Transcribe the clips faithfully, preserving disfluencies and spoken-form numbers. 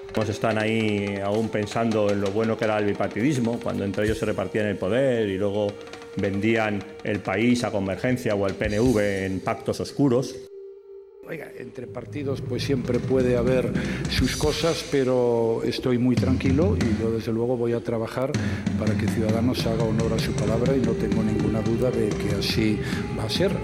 Están ahí aún pensando en lo bueno que era el bipartidismo, cuando entre ellos se repartían el poder y luego vendían el país a Convergencia o al P N V en pactos oscuros. Oiga, entre partidos pues siempre puede haber sus cosas, pero estoy muy tranquilo y yo desde luego voy a trabajar para que Ciudadanos haga honor a su palabra y no tengo ninguna duda de que así va a ser.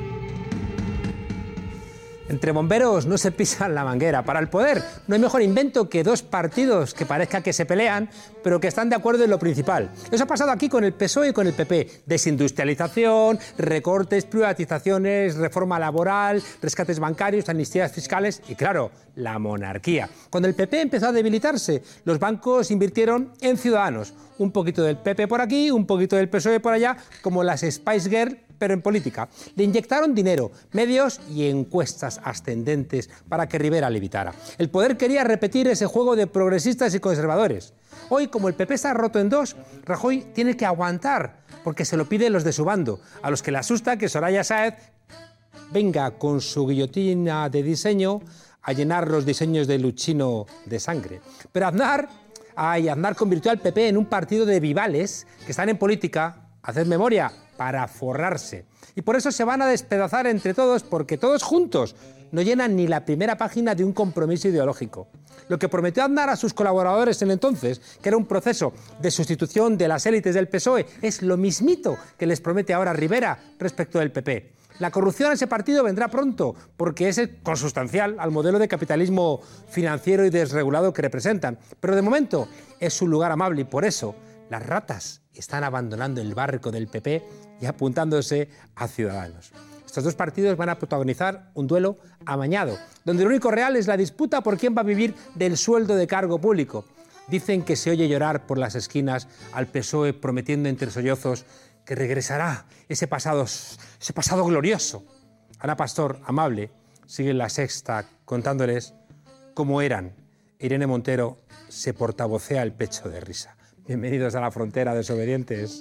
Entre bomberos no se pisan la manguera. Para el poder no hay mejor invento que dos partidos que parezca que se pelean, pero que están de acuerdo en lo principal. Eso ha pasado aquí con el P S O E y con el P P. Desindustrialización, recortes, privatizaciones, reforma laboral, rescates bancarios, amnistías fiscales y, claro, la monarquía. Cuando el P P empezó a debilitarse, los bancos invirtieron en Ciudadanos. Un poquito del P P por aquí, un poquito del P S O E por allá, como las Spice Girls, pero en política. Le inyectaron dinero, medios y encuestas ascendentes para que Rivera levitara. El poder quería repetir ese juego de progresistas y conservadores. Hoy, como el P P está roto en dos, Rajoy tiene que aguantar, porque se lo piden los de su bando, a los que le asusta que Soraya Sáez venga con su guillotina de diseño a llenar los diseños de Luchino de sangre. Pero Aznar, ay, Aznar convirtió al P P en un partido de vivales que están en política, haced memoria, para forrarse. Y por eso se van a despedazar entre todos, porque todos juntos no llenan ni la primera página de un compromiso ideológico. Lo que prometió Aznar a sus colaboradores en entonces, que era un proceso de sustitución de las élites del P S O E, es lo mismito que les promete ahora Rivera respecto del P P. La corrupción en ese partido vendrá pronto, porque es consustancial al modelo de capitalismo financiero y desregulado que representan. Pero de momento es su lugar amable y por eso las ratas están abandonando el barco del P P y apuntándose a Ciudadanos. Estos dos partidos van a protagonizar un duelo amañado, donde lo único real es la disputa por quién va a vivir del sueldo de cargo público. Dicen que se oye llorar por las esquinas al P S O E prometiendo entre sollozos que regresará ese pasado, ese pasado glorioso. Ana Pastor, amable, sigue en La Sexta contándoles cómo eran. Irene Montero se portavocea el pecho de risa. Bienvenidos a la frontera, desobedientes.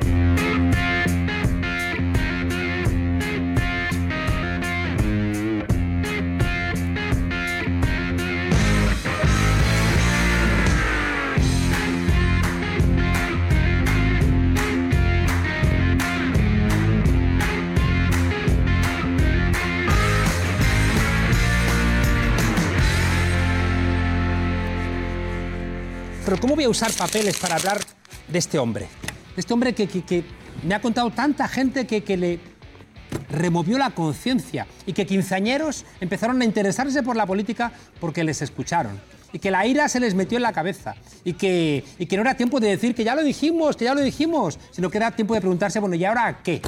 Pero ¿cómo voy a usar papeles para hablar de este hombre? De este hombre que, que, que me ha contado tanta gente que, que le removió la conciencia y que quinceañeros empezaron a interesarse por la política porque les escucharon. Y que la ira se les metió en la cabeza. Y que, y que no era tiempo de decir que ya lo dijimos, que ya lo dijimos, sino que era tiempo de preguntarse, bueno, ¿y ahora qué?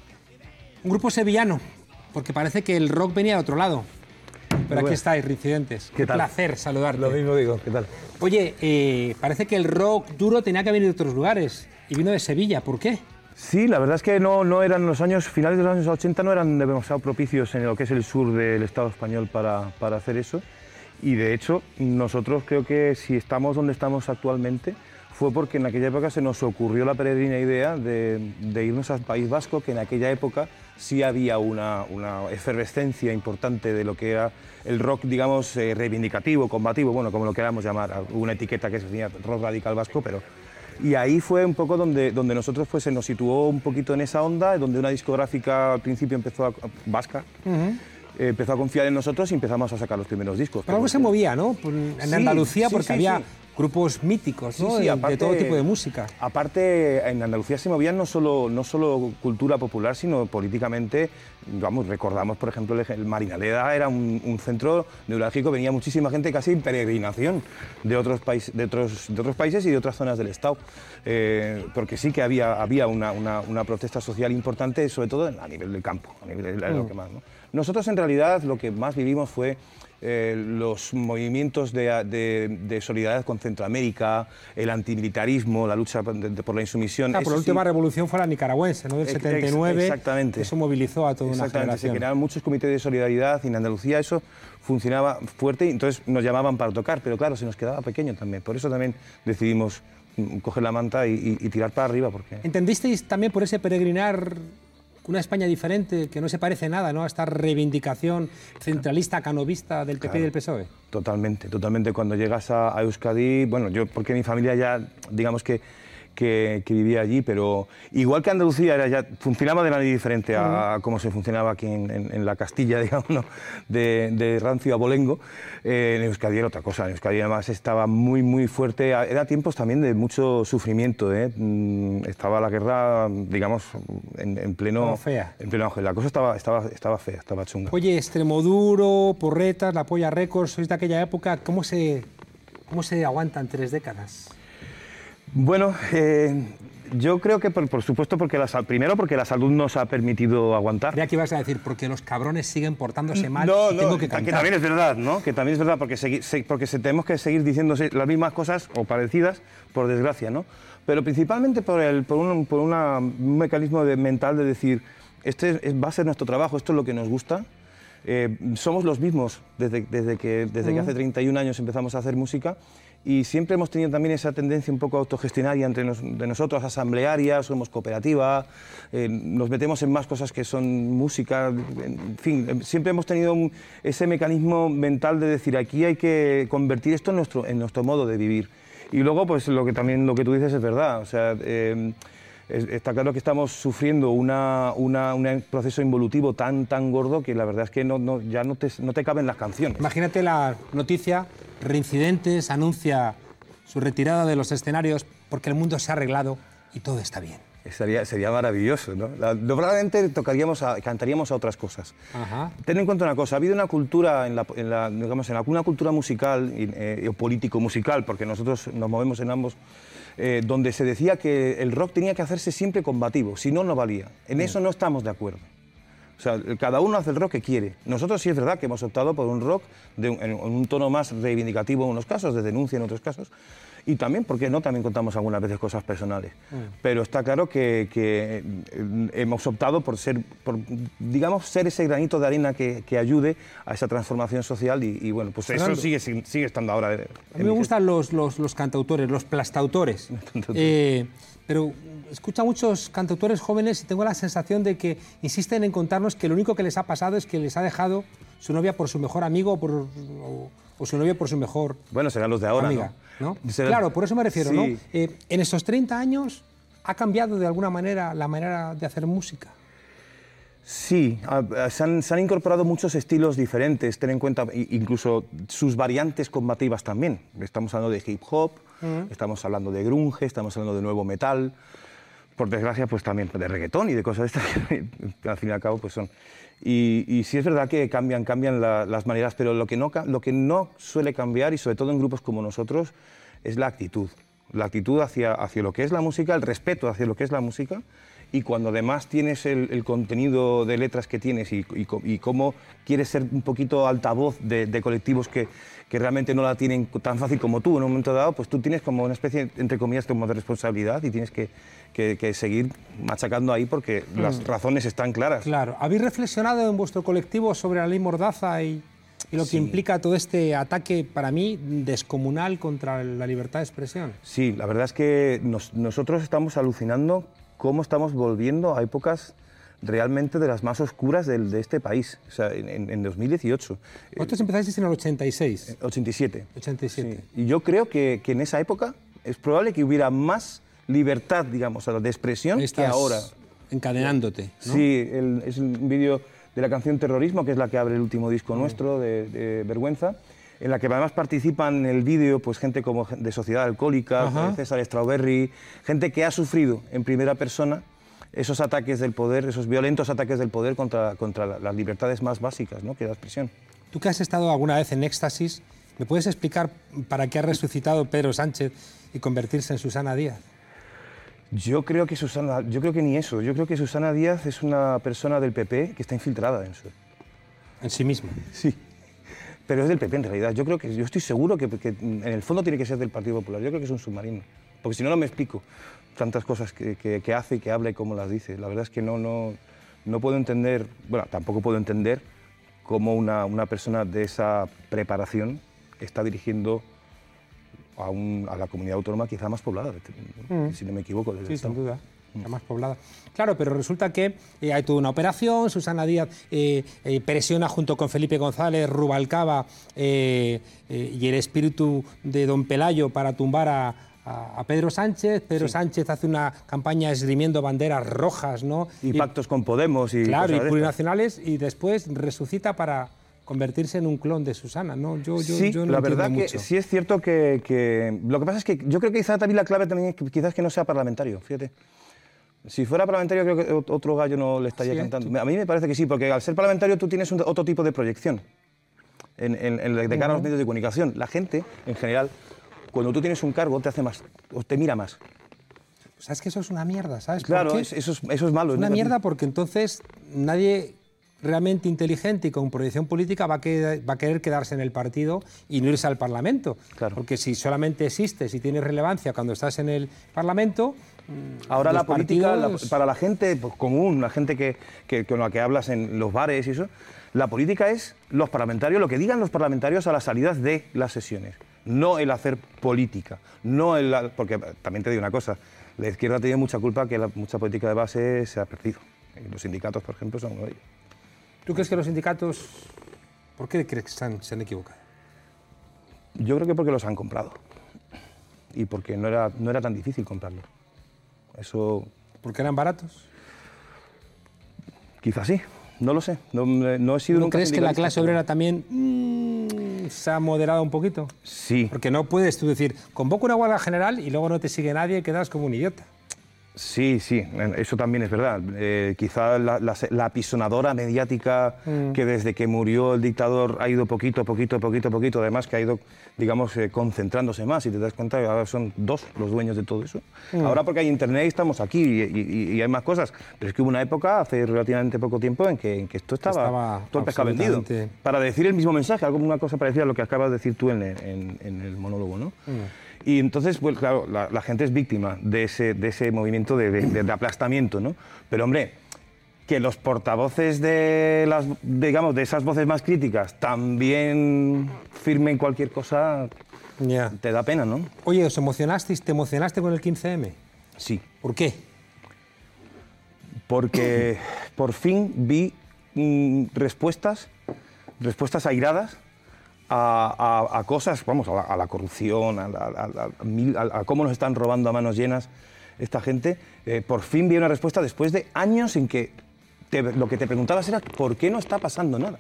Un grupo sevillano, porque parece que el rock venía de otro lado. Pero aquí estáis, Reincidentes. ¿Qué tal? Un placer saludarte. Lo mismo digo, ¿qué tal? Oye, eh, parece que el rock duro tenía que venir de otros lugares y vino de Sevilla. ¿Por qué? Sí, la verdad es que no, no eran los años, finales de los años ochenta no eran demasiado propicios en lo que es el sur del Estado español para, para hacer eso. Y de hecho, nosotros creo que si estamos donde estamos actualmente fue porque en aquella época se nos ocurrió la peregrina idea de, de irnos al País Vasco, que en aquella época sí había una, una efervescencia importante de lo que era el rock, digamos, eh, reivindicativo, combativo, bueno, como lo queramos llamar, una etiqueta que se decía rock radical vasco, pero... Y ahí fue un poco donde, donde nosotros pues, se nos situó un poquito en esa onda, donde una discográfica al principio empezó a... vasca, uh-huh. eh, empezó a confiar en nosotros y empezamos a sacar los primeros discos. Pero algo se movía, ¿no? En sí, Andalucía, porque sí, sí, había... Sí. grupos míticos, ¿no? Sí, sí, aparte, de todo tipo de música. Aparte, en Andalucía se movían no solo, no solo cultura popular, sino políticamente, vamos, recordamos, por ejemplo, el, el Marinaleda era un, un centro neurálgico, venía muchísima gente casi en peregrinación de otros, país, de otros, de otros países y de otras zonas del Estado, eh, porque sí que había, había una, una, una protesta social importante, sobre todo a nivel del campo, a nivel de mm. lo que más, ¿no? Nosotros, en realidad, lo que más vivimos fue Eh, los movimientos de, de, de solidaridad con Centroamérica, el antimilitarismo, la lucha de, de, por la insumisión. Ah, por la última sí. revolución fue la nicaragüense, ¿no? Del setenta y nueve. Exactamente. Eso movilizó a toda una generación. Se crearon muchos comités de solidaridad y en Andalucía eso funcionaba fuerte y entonces nos llamaban para tocar, pero claro, se nos quedaba pequeño también. Por eso también decidimos coger la manta y, y, y tirar para arriba. Porque... ¿Entendisteis también por ese peregrinar una España diferente, que no se parece nada, ¿no?, a esta reivindicación centralista, canovista del P P claro, y del P S O E. Totalmente, totalmente. Cuando llegas a, a Euskadi, bueno, yo porque mi familia ya, digamos que, que, que vivía allí, pero igual que Andalucía era ya, funcionaba de manera diferente a, a cómo se funcionaba aquí en, en, en la Castilla, digamos, ¿no?, de, de rancio a bolengo. Eh, en Euskadi era otra cosa, en Euskadi además estaba muy, muy fuerte, era tiempos también de mucho sufrimiento, ¿eh? Estaba la guerra, digamos, en, en pleno... fea. En pleno auge, la cosa estaba, estaba, estaba fea, estaba chunga. Oye, Extremoduro, Porretas, La Polla Records, sois de aquella época, ¿cómo se, cómo se aguantan tres décadas? Bueno, eh, yo creo que por, por supuesto porque la, primero porque la salud nos ha permitido aguantar. Creía que ibas a decir porque los cabrones siguen portándose mal no, y no, tengo que cantar. Que también es verdad, ¿no? Que también es verdad porque, segui, se, porque se, tenemos que seguir diciendo las mismas cosas o parecidas, por desgracia, ¿no? Pero principalmente por, el, por, un, por una, un mecanismo de, mental de decir, este es, va a ser nuestro trabajo, esto es lo que nos gusta. Eh, somos los mismos desde, desde, que, desde mm. que hace treinta y un años empezamos a hacer música. Y siempre hemos tenido también esa tendencia un poco autogestionaria entre nos, de nosotros, asamblearia, somos cooperativa, eh, nos metemos en más cosas que son música, en fin, siempre hemos tenido un, ese mecanismo mental de decir aquí hay que convertir esto en nuestro, en nuestro modo de vivir. Y luego, pues lo que también lo que tú dices es verdad, o sea, eh, es, está claro que estamos sufriendo una, una, un proceso involutivo tan, tan gordo que la verdad es que no, no, ya no te, no te caben las canciones. Imagínate la noticia, Reincidentes anuncia su retirada de los escenarios porque el mundo se ha arreglado y todo está bien. Sería, sería maravilloso, ¿no? La, probablemente tocaríamos a, cantaríamos a otras cosas. Ajá. Ten en cuenta una cosa, ha habido una cultura, en la, en la, digamos, en la, una cultura musical y eh, político-musical, porque nosotros nos movemos en ambos, eh, donde se decía que el rock tenía que hacerse siempre combativo, si no, no valía. En eso no estamos de acuerdo. O sea, cada uno hace el rock que quiere. Nosotros sí es verdad que hemos optado por un rock de un, en un tono más reivindicativo en unos casos, de denuncia en otros casos, y también, ¿por qué no?, también contamos algunas veces cosas personales. Mm. Pero está claro que, que hemos optado por ser, por, digamos, ser ese granito de arena que, que ayude a esa transformación social y, y bueno, pues Fernando, eso sigue, sigue estando ahora. A mí me gustan los, los, los cantautores, los plastautores. eh, pero escucho a muchos cantautores jóvenes y tengo la sensación de que insisten en contarnos que lo único que les ha pasado es que les ha dejado su novia por su mejor amigo o, por, o, o su novia por su mejor Bueno, serán los de ahora, amiga, ¿no? ¿no? Será... Claro, por eso me refiero, sí. ¿no? Eh, en estos treinta años, ¿ha cambiado de alguna manera la manera de hacer música? Sí, se han, se han incorporado muchos estilos diferentes, ten en cuenta incluso sus variantes combativas también. Estamos hablando de hip hop, uh-huh. estamos hablando de grunge, estamos hablando de nuevo metal, por desgracia pues también de reggaetón y de cosas de estas que al fin y al cabo pues son... Y, y sí es verdad que cambian, cambian la, las maneras, pero lo que, no, lo que no suele cambiar, y sobre todo en grupos como nosotros, es la actitud. La actitud hacia, hacia lo que es la música, el respeto hacia lo que es la música. Y cuando además tienes el, el contenido de letras que tienes y, y, y cómo quieres ser un poquito altavoz de, de colectivos que, que realmente no la tienen tan fácil como tú en un momento dado, pues tú tienes como una especie, entre comillas, como de responsabilidad y tienes que, que, que seguir machacando ahí porque mm. las razones están claras. Claro. ¿Habéis reflexionado en vuestro colectivo sobre la ley Mordaza y, y lo que sí. implica todo este ataque, para mí, descomunal contra la libertad de expresión? Sí, la verdad es que nos, nosotros estamos alucinando cómo estamos volviendo a épocas realmente de las más oscuras del, de este país, o sea, en, en dos mil dieciocho. ¿Vosotros empezasteis en el ochenta y seis? ochenta y siete. ochenta y siete. Sí. Y yo creo que, que en esa época es probable que hubiera más libertad, digamos, de expresión Estás que ahora. Encadenándote, ¿no? Sí, el, es un vídeo de la canción Terrorismo, que es la que abre el último disco mm. nuestro, de, de Vergüenza, en la que además participan en el vídeo pues, gente como de Sociedad Alcohólica, Ajá. César Strawberry, gente que ha sufrido en primera persona esos ataques del poder, esos violentos ataques del poder contra, contra las libertades más básicas, ¿no?, que es la expresión. Tú que has estado alguna vez en éxtasis, ¿me puedes explicar para qué ha resucitado Pedro Sánchez y convertirse en Susana Díaz? Yo creo que Susana, yo creo que ni eso. Yo creo que Susana Díaz es una persona del P P que está infiltrada en su... ¿En sí misma? Sí. Pero es del P P en realidad. Yo creo que, yo estoy seguro que, que en el fondo tiene que ser del Partido Popular. Yo creo que es un submarino. Porque si no, no me explico tantas cosas que, que, que hace y que habla y cómo las dice. La verdad es que no, no, no puedo entender, bueno, tampoco puedo entender cómo una, una persona de esa preparación está dirigiendo a, un, a la comunidad autónoma quizá más poblada, mm. si no me equivoco. Sí, sin duda. la más poblada. Claro, pero resulta que eh, hay toda una operación, Susana Díaz eh, eh, presiona junto con Felipe González, Rubalcaba eh, eh, y el espíritu de don Pelayo para tumbar a, a, a Pedro Sánchez. Pedro sí. Sánchez hace una campaña esgrimiendo banderas rojas, ¿no? Y, y pactos con Podemos y claro, y plurinacionales, y después resucita para convertirse en un clon de Susana, ¿no? Yo, yo, sí, yo no la verdad que mucho. sí es cierto que, que... Lo que pasa es que yo creo que quizá también la clave también es que quizás que no sea parlamentario, fíjate. Si fuera parlamentario creo que otro gallo no le estaría sí, cantando. ¿Eh? A mí me parece que sí, porque al ser parlamentario tú tienes un, otro tipo de proyección en, en, en de cara a los medios de comunicación. La gente, en general, cuando tú tienes un cargo te hace más, te mira más. ¿Sabes que eso es una mierda? ¿Sabes claro, por qué? Es, eso, es, eso es malo. Es una mierda porque entonces nadie realmente inteligente y con proyección política va a, que, va a querer quedarse en el partido y no irse al Parlamento. Claro. Porque si solamente existes y tienes relevancia cuando estás en el Parlamento... Ahora la política, partidos... la, para la gente pues, común, la gente que, que, con la que hablas en los bares y eso, la política es los parlamentarios, lo que digan los parlamentarios a las salidas de las sesiones, no el hacer política, no el... Porque también te digo una cosa, la izquierda tiene mucha culpa que la, mucha política de base se ha perdido. Los sindicatos, por ejemplo, son uno de ellos. ¿Tú crees que los sindicatos, por qué crees que se han, se han equivocado? Yo creo que porque los han comprado y porque no era, no era tan difícil comprarlos. Eso... ¿Porque eran baratos? Quizás sí, no lo sé. No, no he sido ¿No nunca crees que la clase obrera también mmm, se ha moderado un poquito? Sí. Porque no puedes tú decir, convoco una huelga general y luego no te sigue nadie y quedas como un idiota. Sí, sí, eso también es verdad. Eh, quizá la, la, la apisonadora mediática mm. que desde que murió el dictador ha ido poquito, poquito, poquito, poquito, además que ha ido, digamos, eh, concentrándose más, y te das cuenta que ahora son dos los dueños de todo eso. Mm. Ahora porque hay internet y estamos aquí y, y, y hay más cosas, pero es que hubo una época, hace relativamente poco tiempo, en que, en que esto estaba, estaba todo el pescado vendido. Para decir el mismo mensaje, algo, una cosa parecida a lo que acabas de decir tú en, en, en el monólogo, ¿no? Mm. Y entonces, pues claro, la, la gente es víctima de ese, de ese movimiento de, de, de aplastamiento, ¿no? Pero, hombre, que los portavoces de, las, digamos, de esas voces más críticas también firmen cualquier cosa, yeah. te da pena, ¿no? Oye, ¿os emocionasteis? ¿Te emocionaste con el quince eme? Sí. ¿Por qué? Porque por fin vi mmm, respuestas, respuestas airadas, A, a, a cosas, vamos, a la, a la corrupción, a, a, a, a, a cómo nos están robando a manos llenas esta gente. Eh, por fin vi una respuesta después de años en que te, lo que te preguntabas era ¿por qué no está pasando nada?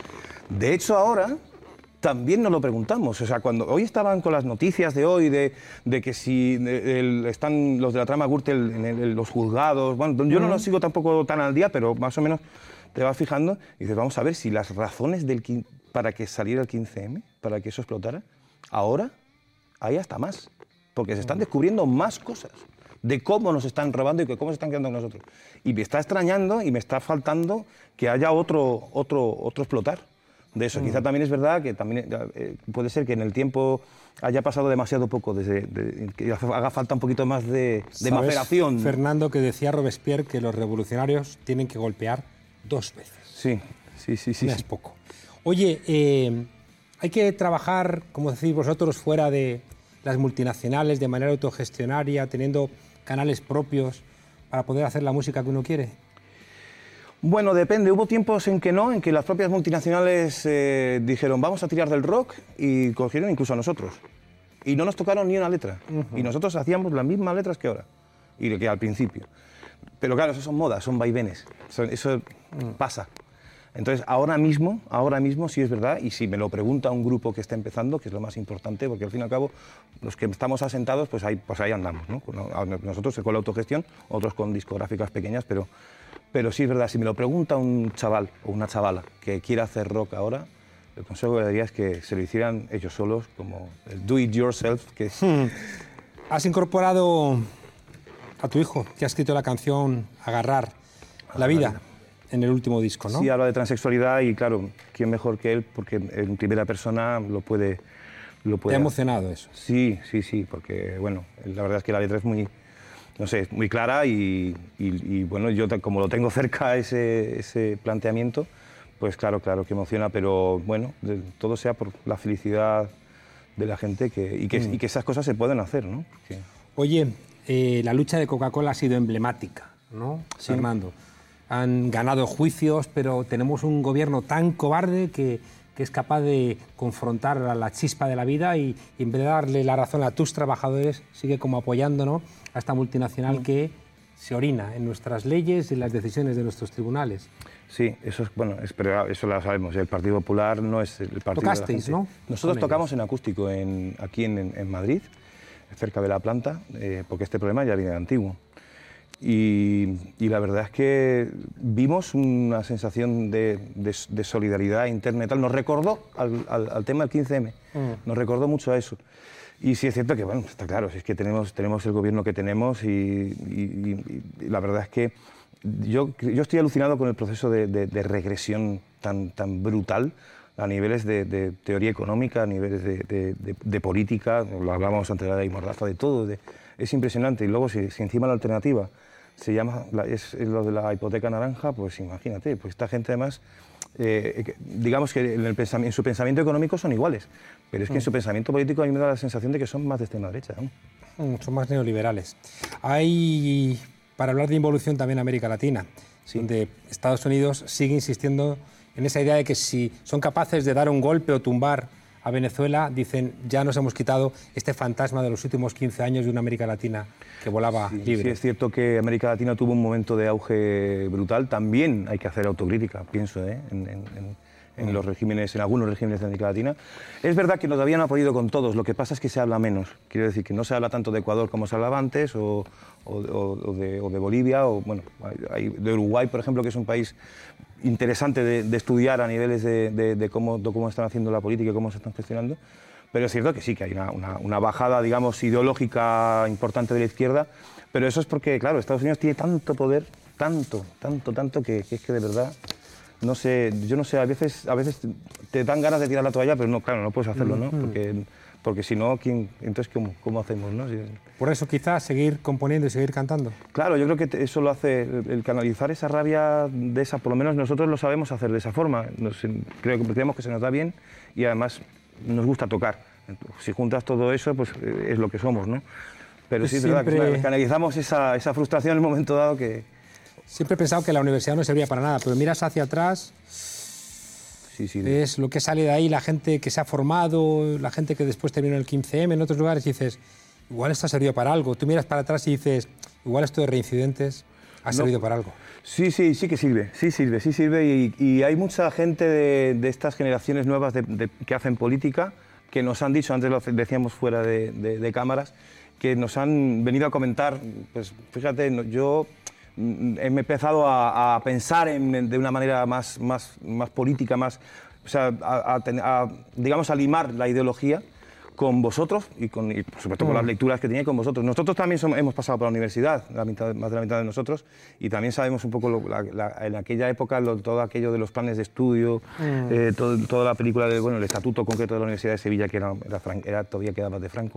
De hecho, ahora también nos lo preguntamos. O sea, cuando hoy estaban con las noticias de hoy de, de que si de, el, están los de la trama Gürtel en el, los juzgados, bueno, yo no los sigo tampoco tan al día, pero más o menos te vas fijando y dices, vamos a ver si las razones del para que saliera el quince eme, para que eso explotara, ahora hay hasta más, porque se están descubriendo más cosas de cómo nos están robando y de cómo se están quedando con nosotros. Y me está extrañando y me está faltando que haya otro, otro, otro explotar de eso. Mm. Quizá también es verdad que también eh, puede ser que en el tiempo haya pasado demasiado poco, desde, de, que haga falta un poquito más de, de maceración. Fernando, que decía Robespierre que los revolucionarios tienen que golpear dos veces. Sí, sí, sí. sí, no sí. es poco. Oye, eh, hay que trabajar, como decís vosotros, fuera de las multinacionales, de manera autogestionaria, teniendo canales propios para poder hacer la música que uno quiere. Bueno, depende. Hubo tiempos en que no, en que las propias multinacionales eh, dijeron vamos a tirar del rock y cogieron incluso a nosotros. Y no nos tocaron ni una letra. Uh-huh. Y nosotros hacíamos las mismas letras que ahora y que al principio. Pero claro, eso son modas, son vaivenes. Eso, eso uh-huh. pasa. Entonces, ahora mismo, ahora mismo sí es verdad, y si me lo pregunta un grupo que está empezando, que es lo más importante, porque al fin y al cabo, los que estamos asentados, pues ahí, pues ahí andamos, ¿no? Nosotros con la autogestión, otros con discográficas pequeñas, pero, pero sí es verdad, si me lo pregunta un chaval o una chavala que quiera hacer rock ahora, el consejo que le daría es que se lo hicieran ellos solos, como el do it yourself. Que... Hmm. Has incorporado a tu hijo, que ha escrito la canción Agarrar la vida. La vida. En el último disco, ¿no? Sí, habla de transexualidad y, claro, ¿quién mejor que él? Porque en primera persona lo puede... Lo puede ¿Te ha emocionado eso? Sí, sí, sí, porque, bueno, la verdad es que la letra es muy, no sé, muy clara y, y, y bueno, yo como lo tengo cerca ese, ese planteamiento, pues claro, claro que emociona, pero bueno, todo sea por la felicidad de la gente que, y, que, mm. y que esas cosas se pueden hacer, ¿no? Que... Oye, eh, la lucha de Coca-Cola ha sido emblemática, ¿no, sí. Fernando? Han ganado juicios, pero tenemos un gobierno tan cobarde que, que es capaz de confrontar a la chispa de la vida y, y en vez de darle la razón a tus trabajadores, sigue como apoyando, ¿no?, a esta multinacional mm. que se orina en nuestras leyes y en las decisiones de nuestros tribunales. Sí, eso es, bueno, es, pero eso lo sabemos. El Partido Popular no es el partido Tocasteis, de la gente. ¿no? Nosotros tocamos en acústico en, aquí en, en Madrid, cerca de la planta, eh, porque este problema ya viene de antiguo. Y, y la verdad es que vimos una sensación de, de, de solidaridad interna y tal. Nos recordó al, al, al tema del quince eme, mm. nos recordó mucho a eso. Y sí es cierto que, bueno, está claro, es que tenemos, tenemos el gobierno que tenemos y, y, y, y la verdad es que yo, yo estoy alucinado con el proceso de, de, de regresión tan, tan brutal a niveles de, de teoría económica, a niveles de, de, de, de política, lo hablábamos antes de la ley Mordaza, de todo, de, es impresionante. Y luego si, si encima la alternativa se llama, es, es lo de la hipoteca naranja, pues imagínate, pues esta gente además, eh, digamos que en, el pensamiento, en su pensamiento económico son iguales, pero es que en su pensamiento político a mí me da la sensación de que son más de extrema derecha, ¿no? Son más neoliberales. Hay, para hablar de involución también América Latina, sí. donde Estados Unidos sigue insistiendo en esa idea de que si son capaces de dar un golpe o tumbar a Venezuela, dicen, ya nos hemos quitado este fantasma de los últimos quince años de una América Latina que volaba sí, libre. Sí, es cierto que América Latina tuvo un momento de auge brutal. También hay que hacer autocrítica, pienso, ¿eh? en, en, en, en los regímenes, en algunos regímenes de América Latina. Es verdad que todavía no ha podido con todos, lo que pasa es que se habla menos. Quiero decir que no se habla tanto de Ecuador como se hablaba antes, o, o, o, de, o de Bolivia, o bueno, hay, de Uruguay, por ejemplo, que es un país interesante de, de estudiar a niveles de, de, de, cómo, de cómo están haciendo la política y cómo se están gestionando, pero es cierto que sí, que hay una, una, una bajada, digamos, ideológica importante de la izquierda, pero eso es porque, claro, Estados Unidos tiene tanto poder, tanto, tanto, tanto, que, que es que de verdad, no sé, yo no sé, a veces, a veces te dan ganas de tirar la toalla, pero no, claro, no puedes hacerlo, ¿no? Porque, porque si no, ¿quién, entonces ¿cómo, cómo hacemos, no? Si, Por eso quizás seguir componiendo y seguir cantando. Claro, yo creo que eso lo hace, el canalizar esa rabia de esa, por lo menos nosotros lo sabemos hacer de esa forma. Nos, creo que creemos que se nos da bien y además nos gusta tocar. Si juntas todo eso, pues es lo que somos, ¿no? Pero sí, es verdad que canalizamos esa, esa frustración en el momento dado que... Siempre he pensado que la universidad no servía para nada, pero miras hacia atrás... Sí, sí, es lo que sale de ahí, la gente que se ha formado, la gente que después terminó el quince eme en otros lugares y dices, igual esto ha servido para algo. Tú miras para atrás y dices, igual esto de reincidentes ha no. servido para algo. Sí, sí, sí que sirve, sí sirve, sí sirve y, y hay mucha gente de, de estas generaciones nuevas de, de, que hacen política que nos han dicho, antes lo decíamos fuera de, de, de cámaras, que nos han venido a comentar, pues fíjate, yo... he empezado a, a pensar en, de una manera más, más, más política, más, o sea, a, a, a, digamos, a limar la ideología con vosotros y, con, y por supuesto con las lecturas que tenía con vosotros. Nosotros también somos, hemos pasado por la universidad, la mitad, más de la mitad de nosotros, y también sabemos un poco, lo, la, la, en aquella época, lo, todo aquello de los planes de estudio, mm. eh, todo, toda la película, de, bueno, el estatuto concreto de la Universidad de Sevilla, que era, era, era todavía quedaba de Franco.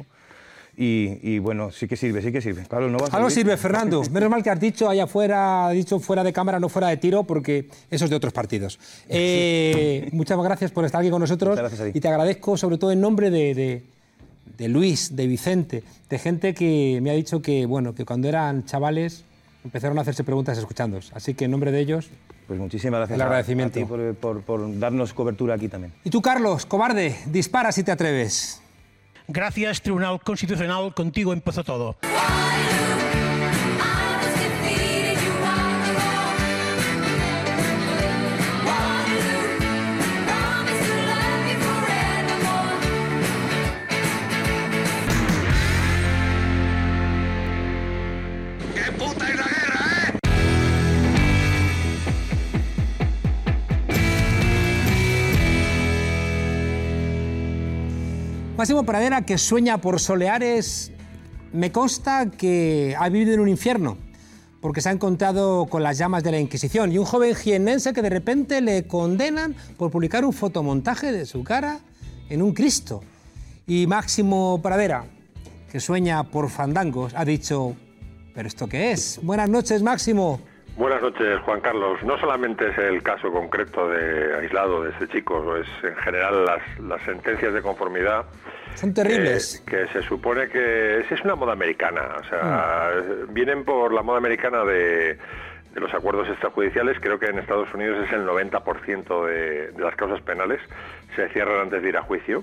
Y, y bueno, sí que sirve, sí que sirve. Claro, no va a Algo sirve, Fernando. Menos mal que has dicho allá afuera, has dicho fuera de cámara, no fuera de tiro, porque eso es de otros partidos. Eh, sí. Muchas gracias por estar aquí con nosotros y te agradezco sobre todo en nombre de, de, de Luis, de Vicente, de gente que me ha dicho que, bueno, que cuando eran chavales empezaron a hacerse preguntas escuchándoos. Así que en nombre de ellos... Pues muchísimas gracias el agradecimiento. a, a ti por, por, por darnos cobertura aquí también. Y tú, Carlos, cobarde, dispara si te atreves. Gracias, Tribunal Constitucional, contigo empezó todo. ¡Qué puta es la guerra, eh! Máximo Pradera, que sueña por Soleares, me consta que ha vivido en un infierno, porque se ha encontrado con las llamas de la Inquisición, y un joven jiennense que de repente le condenan por publicar un fotomontaje de su cara en un Cristo. Y Máximo Pradera, que sueña por fandangos, ha dicho, ¿pero esto qué es? Buenas noches, Máximo. Buenas noches, Juan Carlos. No solamente es el caso concreto de aislado de este chico, es en general las, las sentencias de conformidad Son terribles. Eh, que se supone que es, es una moda americana, o sea, mm. vienen por la moda americana de, de los acuerdos extrajudiciales. Creo que en Estados Unidos es el noventa por ciento de, de las causas penales se cierran antes de ir a juicio.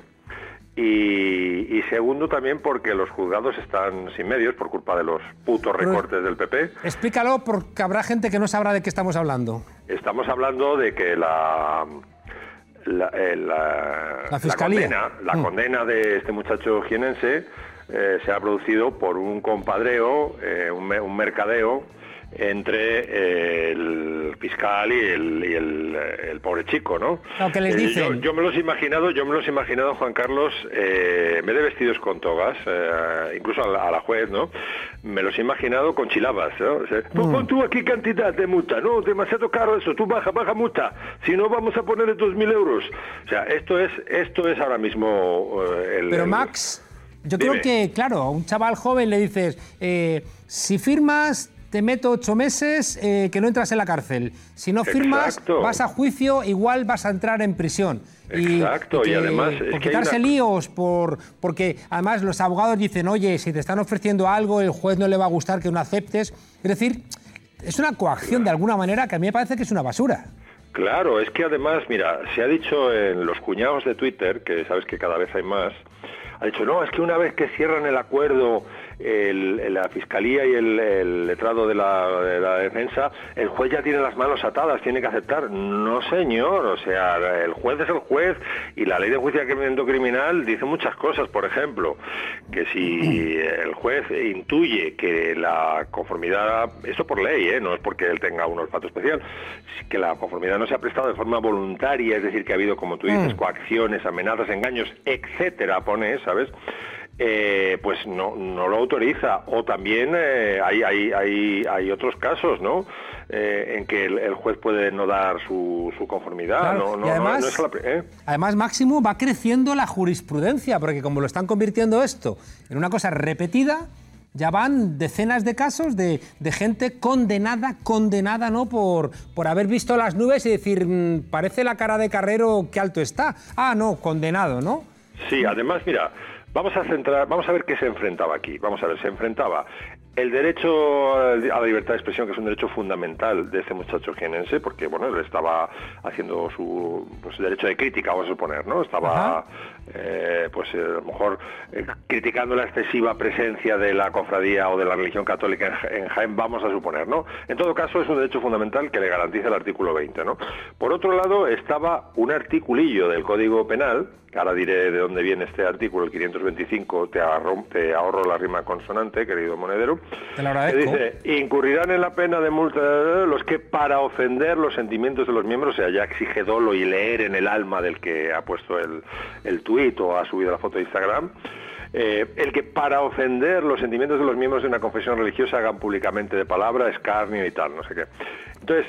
Y, y segundo también porque los juzgados están sin medios por culpa de los putos recortes Pero, del P P. Explícalo porque habrá gente que no sabrá de qué estamos hablando. Estamos hablando de que la... La, eh, la, la, fiscalía. la, condena, la mm. condena de este muchacho jienense eh, se ha producido por un compadreo, eh, un, un mercadeo entre eh, el fiscal y el, y el, el pobre chico, ¿no? Lo que les dicen. Eh, yo, yo me los he imaginado, yo me los he imaginado, Juan Carlos, eh, en vez de vestidos con togas, eh, incluso a la, a la juez, ¿no? Me los he imaginado con chilabas, ¿no? O sea, mm. pues pon tú aquí cantidad de multa, no, demasiado caro eso, tú baja, baja multa, si no vamos a ponerle dos mil euros. O sea, esto es, esto es ahora mismo eh, el... Pero Max, yo Dime. creo que, claro, a un chaval joven le dices, eh, si firmas... te meto ocho meses eh, que no entras en la cárcel. Si no firmas, Exacto. vas a juicio, igual vas a entrar en prisión. Exacto, y, y, que, y además... Por es que quitarse una... líos, por, porque además los abogados dicen, oye, si te están ofreciendo algo, el juez no le va a gustar que no aceptes. Es decir, es una coacción de alguna manera que a mí me parece que es una basura. Claro, es que además, mira, se ha dicho en los cuñados de Twitter, que sabes que cada vez hay más, ha dicho, no, es que una vez que cierran el acuerdo el, la Fiscalía y el, el letrado de la, de la defensa, el juez ya tiene las manos atadas, tiene que aceptar. No, señor, o sea, el juez es el juez y la ley de enjuiciamiento criminal dice muchas cosas. Por ejemplo, que si el juez intuye que la conformidad, esto por ley, ¿eh? No es porque él tenga un olfato especial, que la conformidad no se ha prestado de forma voluntaria, es decir, que ha habido, como tú dices, coacciones, amenazas, engaños, etcétera, pone, ¿sabes?, Eh, pues no no lo autoriza. O también eh, hay, hay, hay, hay otros casos, ¿no?, eh, en que el, el juez puede no dar su, su conformidad. Claro. No, no, y además, no, no es la, ¿eh? además, Máximo, va creciendo la jurisprudencia, porque como lo están convirtiendo esto en una cosa repetida, ya van decenas de casos de, de gente condenada, condenada, ¿no?, por, por haber visto las nubes y decir, mmm, parece la cara de Carrero, qué alto está. Ah, no, condenado, ¿no? Sí, además, mira, vamos a centrar, vamos a ver qué se enfrentaba aquí. Vamos a ver, se enfrentaba el derecho a la libertad de expresión, que es un derecho fundamental de este muchacho jienense, porque, bueno, él estaba haciendo su pues, derecho de crítica, vamos a suponer, ¿no? Estaba, eh, pues, eh, a lo mejor eh, criticando la excesiva presencia de la cofradía o de la religión católica en, en Jaén, vamos a suponer, ¿no? En todo caso, es un derecho fundamental que le garantiza el artículo veinte, ¿no? Por otro lado, estaba un articulillo del Código Penal, que ahora diré de dónde viene este artículo, el quinientos veinticinco, te ahorro, te ahorro la rima consonante, querido monedero, te lo agradezco, que dice, incurrirán en la pena de multa los que para ofender los sentimientos de los miembros, o sea, ya exige dolo y leer en el alma del que ha puesto el, el tuit o ha subido la foto de Instagram, eh, el que para ofender los sentimientos de los miembros de una confesión religiosa hagan públicamente de palabra, escarnio y tal, no sé qué. Entonces,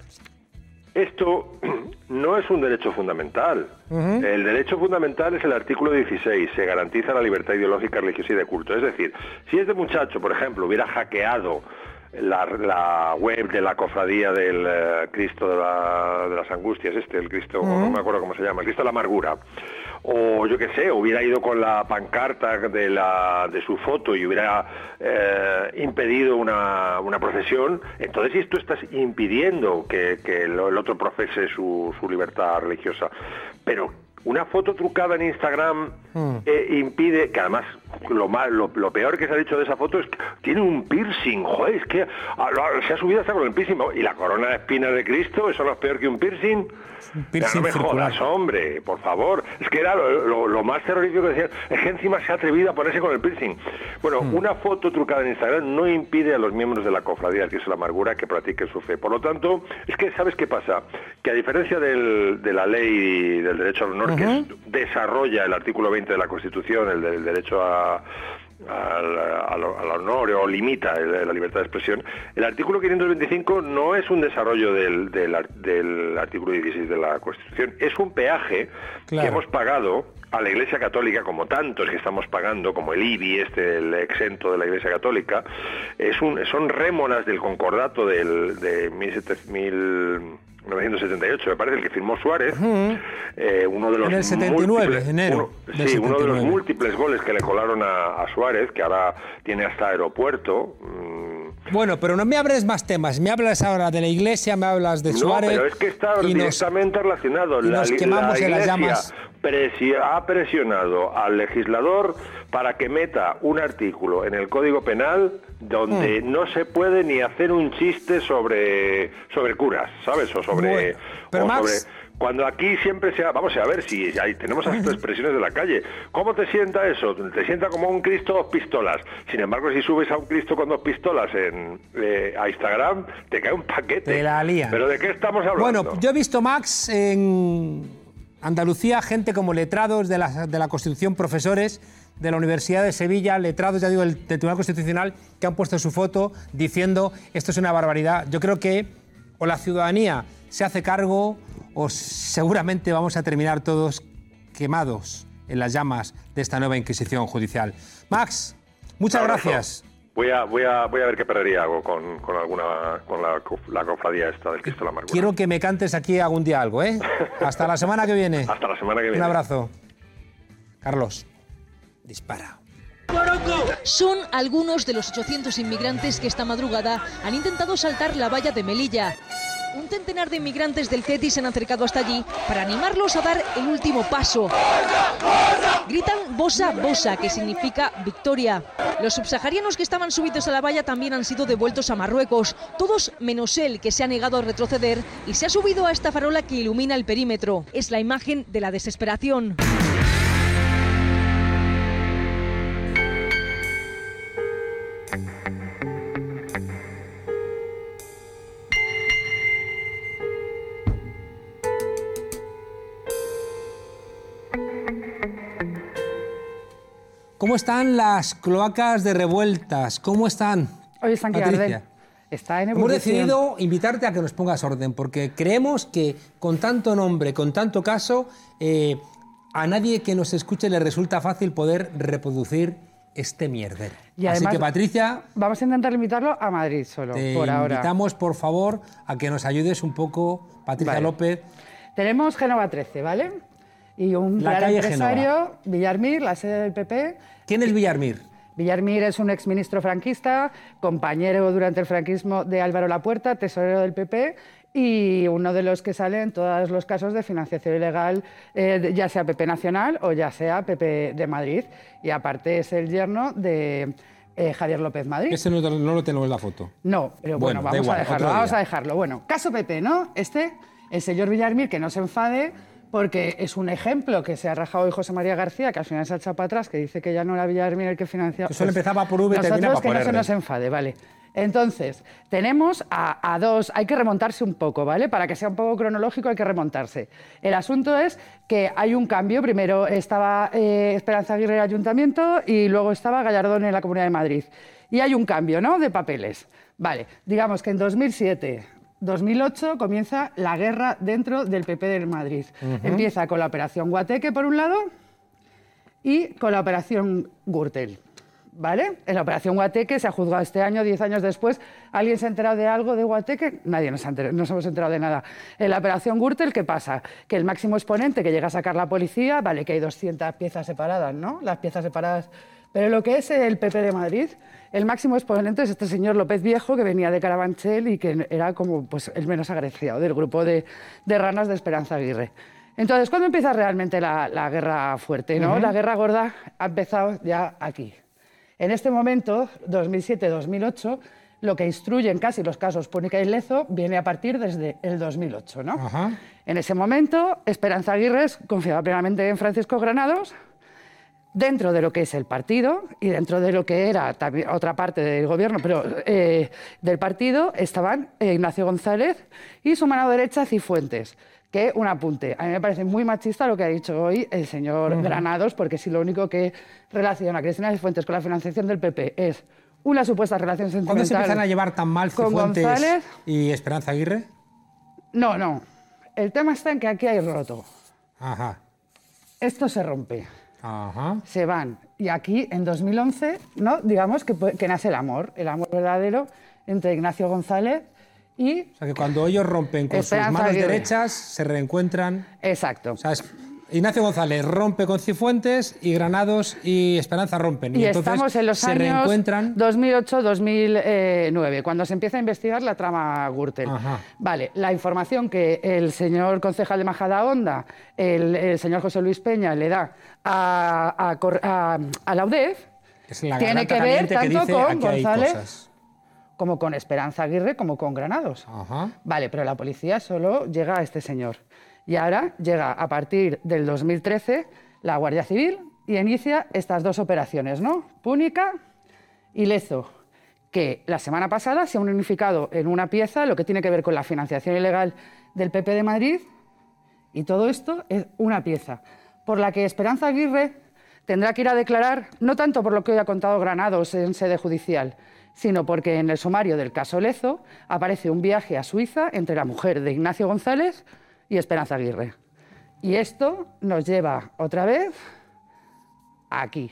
esto no es un derecho fundamental. Uh-huh. El derecho fundamental es el artículo dieciséis, se garantiza la libertad ideológica, religiosa y de culto. Es decir, si este muchacho, por ejemplo, hubiera hackeado la, la web de la cofradía del uh, Cristo de, la, de las Angustias, este, el Cristo, uh-huh. no me acuerdo cómo se llama, el Cristo de la Amargura, o yo qué sé, hubiera ido con la pancarta de, la, de su foto y hubiera eh, impedido una, una procesión, entonces si tú estás impidiendo que, que el, el otro profese su, su libertad religiosa. Pero una foto trucada en Instagram mm. eh, impide, que además lo, mal, lo, lo peor que se ha dicho de esa foto es que tiene un piercing, joder, es que a, a, se ha subido hasta con el piercing, y la corona de espinas de Cristo, eso no es peor que un piercing. Un piercing no me circular. jodas, hombre, por favor. Es que era lo, lo, lo más terrorífico que decían, es que encima se ha atrevido a ponerse con el piercing. Bueno, mm. una foto trucada en Instagram no impide a los miembros de la cofradía, que es la amargura, que practiquen su fe. Por lo tanto, es que, ¿sabes qué pasa? Que a diferencia del, de la ley del derecho al honor, uh-huh. que es, desarrolla el artículo veinte de la Constitución, el del derecho a Al, al, al honor o limita el, la libertad de expresión, el artículo quinientos veinticinco no es un desarrollo del, del, del artículo dieciséis de la Constitución, es un peaje claro. que hemos pagado a la Iglesia Católica, como tantos que estamos pagando, como el I B I, este, el exento de la Iglesia Católica, es un, son rémoras del concordato del, de mil novecientos setenta y ocho, me parece, el que firmó Suárez, uh-huh. eh, uno de los en el setenta y nueve, múltiples, enero. Uno, sí, uno de los múltiples goles que le colaron a, a Suárez, que ahora tiene hasta aeropuerto. Mmm. Bueno, pero no me hables más temas, me hablas ahora de la Iglesia, me hablas de Suárez. No, pero es que está directamente nos, relacionado. Y la, nos quemamos la en las Iglesia llamas. Presi- ha presionado al legislador para que meta un artículo en el Código Penal donde hmm. no se puede ni hacer un chiste sobre sobre curas, ¿sabes? O sobre... Bueno, pero o Max... sobre cuando aquí siempre se ha... Vamos a ver si hay, tenemos estas expresiones de la calle. ¿Cómo te sienta eso? Te sienta como un Cristo dos pistolas. Sin embargo, si subes a un Cristo con dos pistolas en, eh, a Instagram, te cae un paquete. Te la lían. ¿Pero de qué estamos hablando? Bueno, yo he visto, Max, en Andalucía, gente como letrados de la, de la Constitución, profesores de la Universidad de Sevilla, letrados, ya digo, del, del Tribunal Constitucional, que han puesto su foto diciendo esto es una barbaridad. Yo creo que o la ciudadanía se hace cargo o seguramente vamos a terminar todos quemados en las llamas de esta nueva Inquisición judicial. Max, muchas Abrazo. gracias. Voy a, voy a, voy a ver qué perrería hago con, con alguna con la, la cofradía esta del Cristo de la Amargura. Quiero que me cantes aquí algún día algo, ¿eh? Hasta la semana que viene. Hasta la semana que viene. Un abrazo. Carlos, dispara. Son algunos de los ochocientos inmigrantes que esta madrugada han intentado saltar la valla de Melilla. Un centenar de inmigrantes del Cetis se han acercado hasta allí para animarlos a dar el último paso. Gritan Bosa Bosa, que significa victoria. Los subsaharianos que estaban subidos a la valla también han sido devueltos a Marruecos, todos menos él, que se ha negado a retroceder y se ha subido a esta farola que ilumina el perímetro. Es la imagen de la desesperación. ¿Cómo están las cloacas de Revueltas? ¿Cómo están? Hoy están que arden. Está en Hemos decidido invitarte a que nos pongas orden, porque creemos que con tanto nombre, con tanto caso, eh, a nadie que nos escuche le resulta fácil poder reproducir este mierder. Y además, así que, Patricia... Vamos a intentar limitarlo a Madrid solo, por ahora. Te invitamos, por favor, a que nos ayudes un poco, Patricia vale. López. Tenemos Génova trece, ¿vale? Y un la gran calle empresario, Génova. Villarmir, la sede del P P. ¿Quién es Villarmir? Villarmir es un exministro franquista, compañero durante el franquismo de Álvaro Lapuerta, tesorero del P P, y uno de los que sale en todos los casos de financiación ilegal, eh, ya sea P P nacional o ya sea P P de Madrid. Y aparte es el yerno de eh, Javier López Madrid. Ese no, no lo tenemos en la foto. No, pero bueno, bueno vamos igual, a dejarlo, vamos a dejarlo. Bueno, caso P P, ¿no? Este, el señor Villarmir, que no se enfade, porque es un ejemplo que se ha rajado hoy José María García, que al final se ha echado para atrás, que dice que ya no era Villarmir el que financiaba. Eso pues, empezaba por V y terminaba por que R. no se nos enfade, vale. Entonces, tenemos a, a dos, hay que remontarse un poco, ¿vale? Para que sea un poco cronológico hay que remontarse. El asunto es que hay un cambio, primero estaba eh, Esperanza Aguirre en el Ayuntamiento y luego estaba Gallardón en la Comunidad de Madrid. Y hay un cambio, ¿no?, de papeles. Vale, digamos que en dos mil siete... dos mil ocho comienza la guerra dentro del P P de Madrid. Uh-huh. Empieza con la operación Guateque, por un lado, y con la operación Gürtel, ¿vale? En la operación Guateque se ha juzgado este año, diez años después. ¿Alguien se ha enterado de algo de Guateque? Nadie nos ha enterado, no nos hemos enterado de nada. En la operación Gürtel, ¿qué pasa? Que el máximo exponente que llega a sacar la policía, vale, que hay doscientas piezas separadas, ¿no? Las piezas separadas... Pero lo que es el P P de Madrid, el máximo exponente es este señor López Viejo, que venía de Carabanchel y que era como pues, el menos agraciado del grupo de, de ranas de Esperanza Aguirre. Entonces, ¿cuándo empieza realmente la, la guerra fuerte, ¿no? Uh-huh. La guerra gorda ha empezado ya aquí. En este momento, dos mil siete dos mil ocho, lo que instruyen casi los casos Púnica y Lezo viene a partir desde el dos mil ocho, ¿no? Uh-huh. En ese momento, Esperanza Aguirre confiaba plenamente en Francisco Granados, dentro de lo que es el partido y dentro de lo que era también otra parte del gobierno, pero eh, del partido estaban eh, Ignacio González y su mano derecha Cifuentes. Que un apunte, a mí me parece muy machista lo que ha dicho hoy el señor uh-huh. Granados, porque si lo único que relaciona a Cristina Cifuentes con la financiación del P P es una supuesta relación sentimental... ¿Cuándo se empiezan a llevar tan mal Cifuentes y Esperanza Aguirre? No, no. El tema está en que aquí hay roto. Ajá. Esto se rompe. Ajá. Se van. Y aquí, en dos mil once, ¿no? digamos que, que nace el amor, el amor verdadero entre Ignacio González y... O sea, que cuando ellos rompen con Esperanza sus manos Aguirre. derechas, se reencuentran... Exacto. O sea, es- Ignacio González rompe con Cifuentes y Granados y Esperanza rompen. Y, Y, entonces estamos en los se años reencuentran... dos mil ocho dos mil nueve, cuando se empieza a investigar la trama Gürtel. Ajá. Vale, la información que el señor concejal de Majadahonda, el, el señor José Luis Peña, le da a, a, Cor- a, a la U D E F, Es la tiene garganta que ver caliente que tanto dice, con aquí hay González cosas. como con Esperanza Aguirre, como con Granados. Ajá. Vale, pero la policía solo llega a este señor. Y ahora llega a partir del dos mil trece la Guardia Civil y inicia estas dos operaciones, ¿no? Púnica y Lezo, que la semana pasada se han unificado en una pieza lo que tiene que ver con la financiación ilegal del P P de Madrid, y todo esto es una pieza por la que Esperanza Aguirre tendrá que ir a declarar, no tanto por lo que hoy ha contado Granados en sede judicial, sino porque en el sumario del caso Lezo aparece un viaje a Suiza entre la mujer de Ignacio González y Esperanza Aguirre. Y esto nos lleva otra vez aquí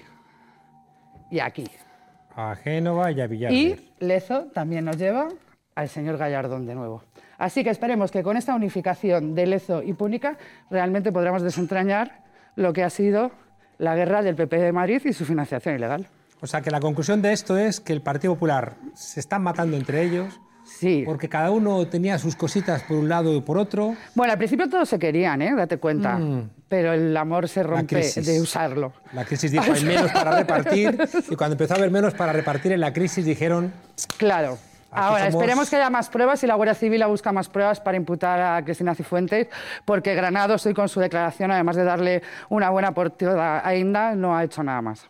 y aquí. A Génova y a Villarreal. Y Lezo también nos lleva al señor Gallardón de nuevo. Así que esperemos que con esta unificación de Lezo y Púnica realmente podamos desentrañar lo que ha sido la guerra del P P de Madrid y su financiación ilegal. O sea, que la conclusión de esto es que el Partido Popular se están matando entre ellos, Sí. porque cada uno tenía sus cositas por un lado y por otro. Bueno, al principio todos se querían, ¿eh? Date cuenta. Mm. Pero el amor se rompe crisis. de usarlo. La crisis dijo, hay menos para repartir, y cuando empezó a haber menos para repartir en la crisis dijeron... Claro. Ahora, somos- esperemos que haya más pruebas y la Guardia Civil busca más pruebas para imputar a Cristina Cifuentes, porque Granados hoy con su declaración, además de darle una buena portada a Inda, no ha hecho nada más.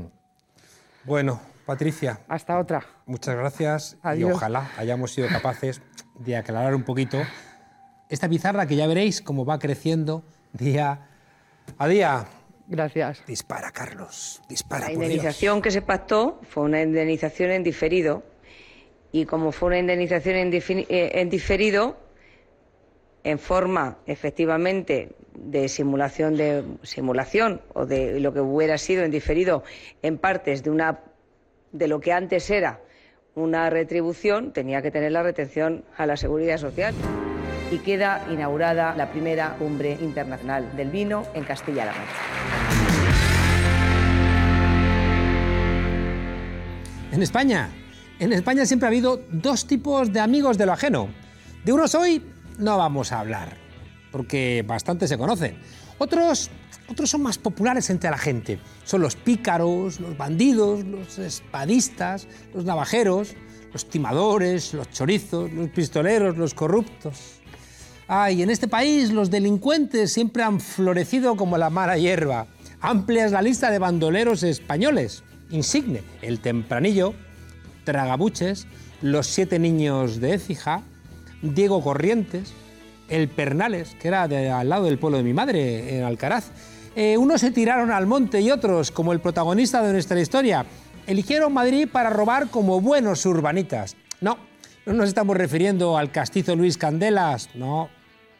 Bueno, Patricia, Hasta otra. muchas gracias y Adiós. ojalá hayamos sido capaces de aclarar un poquito esta pizarra que ya veréis cómo va creciendo día a día. Gracias. Dispara, Carlos, dispara, La por Dios. indemnización que se pactó fue una indemnización en diferido, y como fue una indemnización en, difini- eh, en diferido, en forma efectivamente de simulación de simulación o de lo que hubiera sido en diferido en partes de una de lo que antes era una retribución, tenía que tener la retención a la Seguridad Social. Y queda inaugurada la primera cumbre internacional del vino en Castilla-La Mancha. En España, en España siempre ha habido dos tipos de amigos de lo ajeno. De unos hoy no vamos a hablar, porque bastante se conocen. Otros, otros son más populares entre la gente. Son los pícaros, los bandidos, los espadistas, los navajeros, los timadores, los chorizos, los pistoleros, los corruptos. Ay, en este país los delincuentes siempre han florecido como la mala hierba. Amplia es la lista de bandoleros españoles. Insigne, el Tempranillo, Tragabuches, los siete niños de Écija, Diego Corrientes, el Pernales, que era de, al lado del pueblo de mi madre, en Alcaraz. Eh, unos se tiraron al monte y otros, como el protagonista de nuestra historia, eligieron Madrid para robar como buenos urbanitas. No, no nos estamos refiriendo al castizo Luis Candelas, no.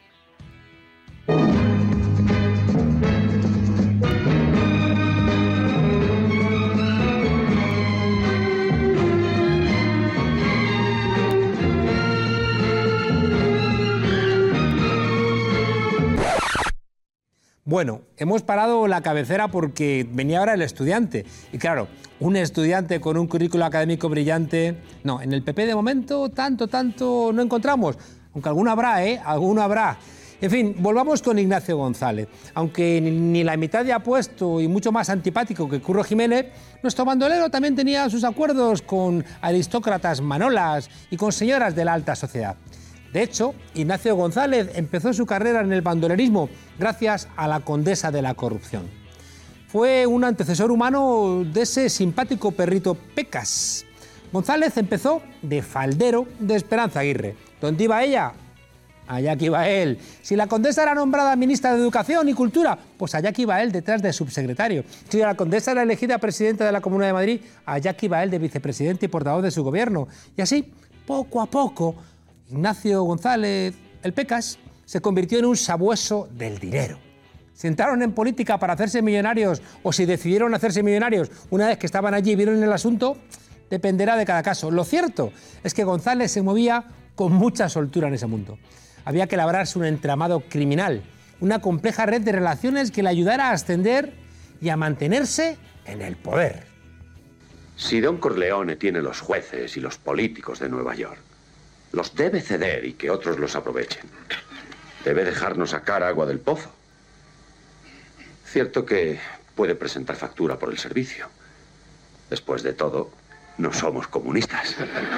Bueno, hemos parado la cabecera porque venía ahora el estudiante. Y claro, un estudiante con un currículo académico brillante... No, en el P P de momento tanto, tanto no encontramos. Aunque alguno habrá, ¿eh? Alguno habrá. En fin, volvamos con Ignacio González. Aunque ni, ni la mitad de apuesto y mucho más antipático que Curro Jiménez, nuestro bandolero también tenía sus acuerdos con aristócratas manolas y con señoras de la alta sociedad. De hecho, Ignacio González empezó su carrera en el bandolerismo gracias a la condesa de la corrupción. Fue un antecesor humano de ese simpático perrito Pecas. González empezó de faldero de Esperanza Aguirre. ¿Dónde iba ella? Allá que iba él. Si la condesa era nombrada ministra de Educación y Cultura, pues allá que iba él detrás de subsecretario. Si la condesa era elegida presidenta de la Comunidad de Madrid, allá que iba él de vicepresidente y portavoz de su gobierno. Y así, poco a poco, Ignacio González, el Pecas, se convirtió en un sabueso del dinero. Si entraron en política para hacerse millonarios o si decidieron hacerse millonarios una vez que estaban allí y vieron el asunto, dependerá de cada caso. Lo cierto es que González se movía con mucha soltura en ese mundo. Había que labrarse un entramado criminal, una compleja red de relaciones que le ayudara a ascender y a mantenerse en el poder. Si Don Corleone tiene los jueces y los políticos de Nueva York, los debe ceder y que otros los aprovechen. Debe dejarnos sacar agua del pozo. Cierto que puede presentar factura por el servicio. Después de todo, no somos comunistas.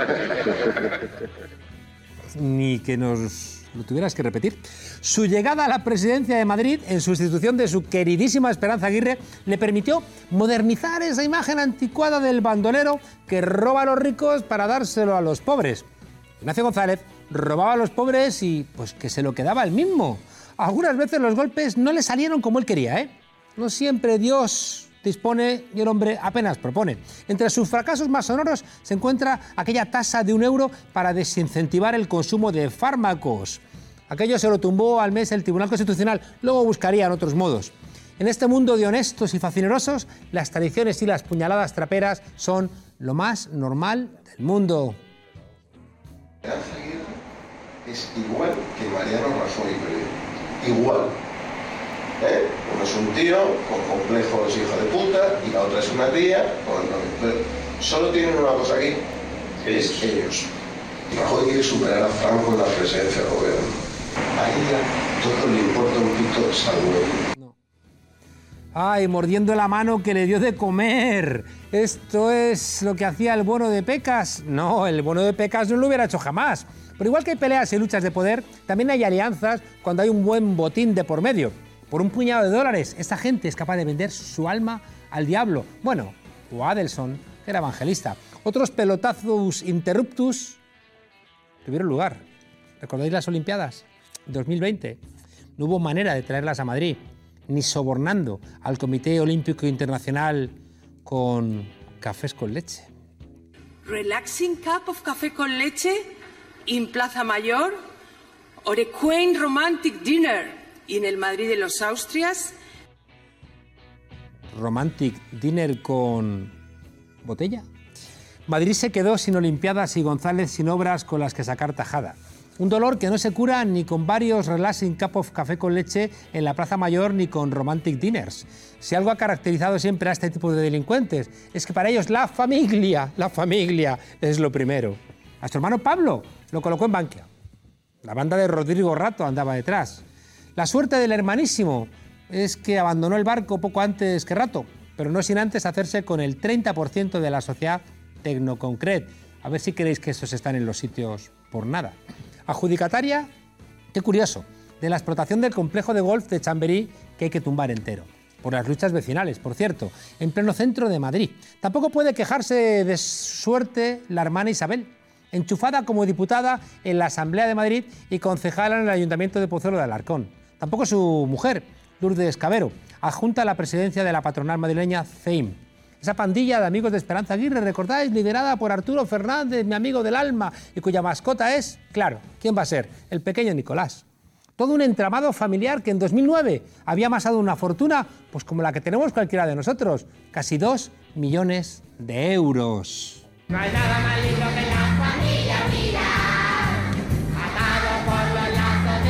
Ni que nos lo tuvieras que repetir. Su llegada a la presidencia de Madrid, en sustitución de su queridísima Esperanza Aguirre, le permitió modernizar esa imagen anticuada del bandolero que roba a los ricos para dárselo a los pobres. Ignacio González robaba a los pobres y pues que se lo quedaba él mismo. Algunas veces los golpes no le salieron como él quería, ¿eh? No siempre Dios dispone y el hombre apenas propone. Entre sus fracasos más sonoros se encuentra aquella tasa de un euro para desincentivar el consumo de fármacos. Aquello se lo tumbó al mes el Tribunal Constitucional, luego buscarían otros modos. En este mundo de honestos y facinerosos, las tradiciones y las puñaladas traperas son lo más normal del mundo. Es igual que Mariano Rajoy, pero igual. ¿Eh? Uno es un tío con complejos hijo de puta y la otra es una tía con... Pero solo tienen una cosa aquí, es ellos. Rajoy quiere superar a Franco en la presidencia del gobierno. A ella todo le importa un pito de salud. No. Ay, mordiendo la mano que le dio de comer. ¿Esto es lo que hacía el Bono de Pecas? No, el Bono de Pecas no lo hubiera hecho jamás. Pero igual que hay peleas y luchas de poder, también hay alianzas cuando hay un buen botín de por medio. Por un puñado de dólares, esta gente es capaz de vender su alma al diablo. Bueno, o a Adelson, que era evangelista. Otros pelotazos interruptus tuvieron lugar. ¿Recordáis las Olimpiadas? dos mil veinte. No hubo manera de traerlas a Madrid, ni sobornando al Comité Olímpico Internacional con cafés con leche. Relaxing cup of café con leche en Plaza Mayor, or a quaint romantic dinner y en el Madrid de los Austrias. Romantic dinner con botella. Madrid se quedó sin Olimpiadas y González sin obras con las que sacar tajada. Un dolor que no se cura ni con varios relaxing cup of café con leche en la Plaza Mayor ni con romantic dinners. Si algo ha caracterizado siempre a este tipo de delincuentes es que para ellos la familia, la familia es lo primero. A su hermano Pablo lo colocó en Bankia. La banda de Rodrigo Rato andaba detrás. La suerte del hermanísimo es que abandonó el barco poco antes que Rato, pero no sin antes hacerse con el treinta por ciento de la sociedad Tecnoconcret. A ver si creéis que esos están en los sitios por nada. Adjudicataria, qué curioso, de la explotación del complejo de golf de Chamberí que hay que tumbar entero. Por las luchas vecinales, por cierto, en pleno centro de Madrid. Tampoco puede quejarse de suerte la hermana Isabel, enchufada como diputada en la Asamblea de Madrid y concejala en el Ayuntamiento de Pozuelo de Alarcón. Tampoco su mujer, Lourdes Cabero, adjunta a la presidencia de la patronal madrileña C E I M. Esa pandilla de amigos de Esperanza Aguirre, ¿recordáis? Liderada por Arturo Fernández, mi amigo del alma, y cuya mascota es, claro, ¿quién va a ser? El pequeño Nicolás. Todo un entramado familiar que en dos mil nueve había amasado una fortuna, pues como la que tenemos cualquiera de nosotros, casi dos millones de euros. No hay nada más lindo que la familia unida, atado por los lazos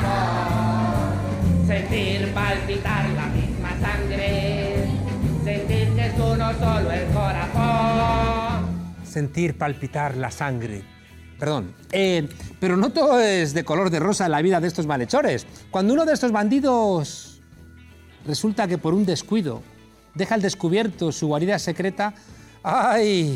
del amor, sentir palpitar la misma sangre, sentir que es uno solo el corazón. Sentir palpitar la sangre. Perdón, eh, pero no todo es de color de rosa en la vida de estos malhechores. Cuando uno de estos bandidos resulta que por un descuido deja al descubierto su guarida secreta, ¡ay!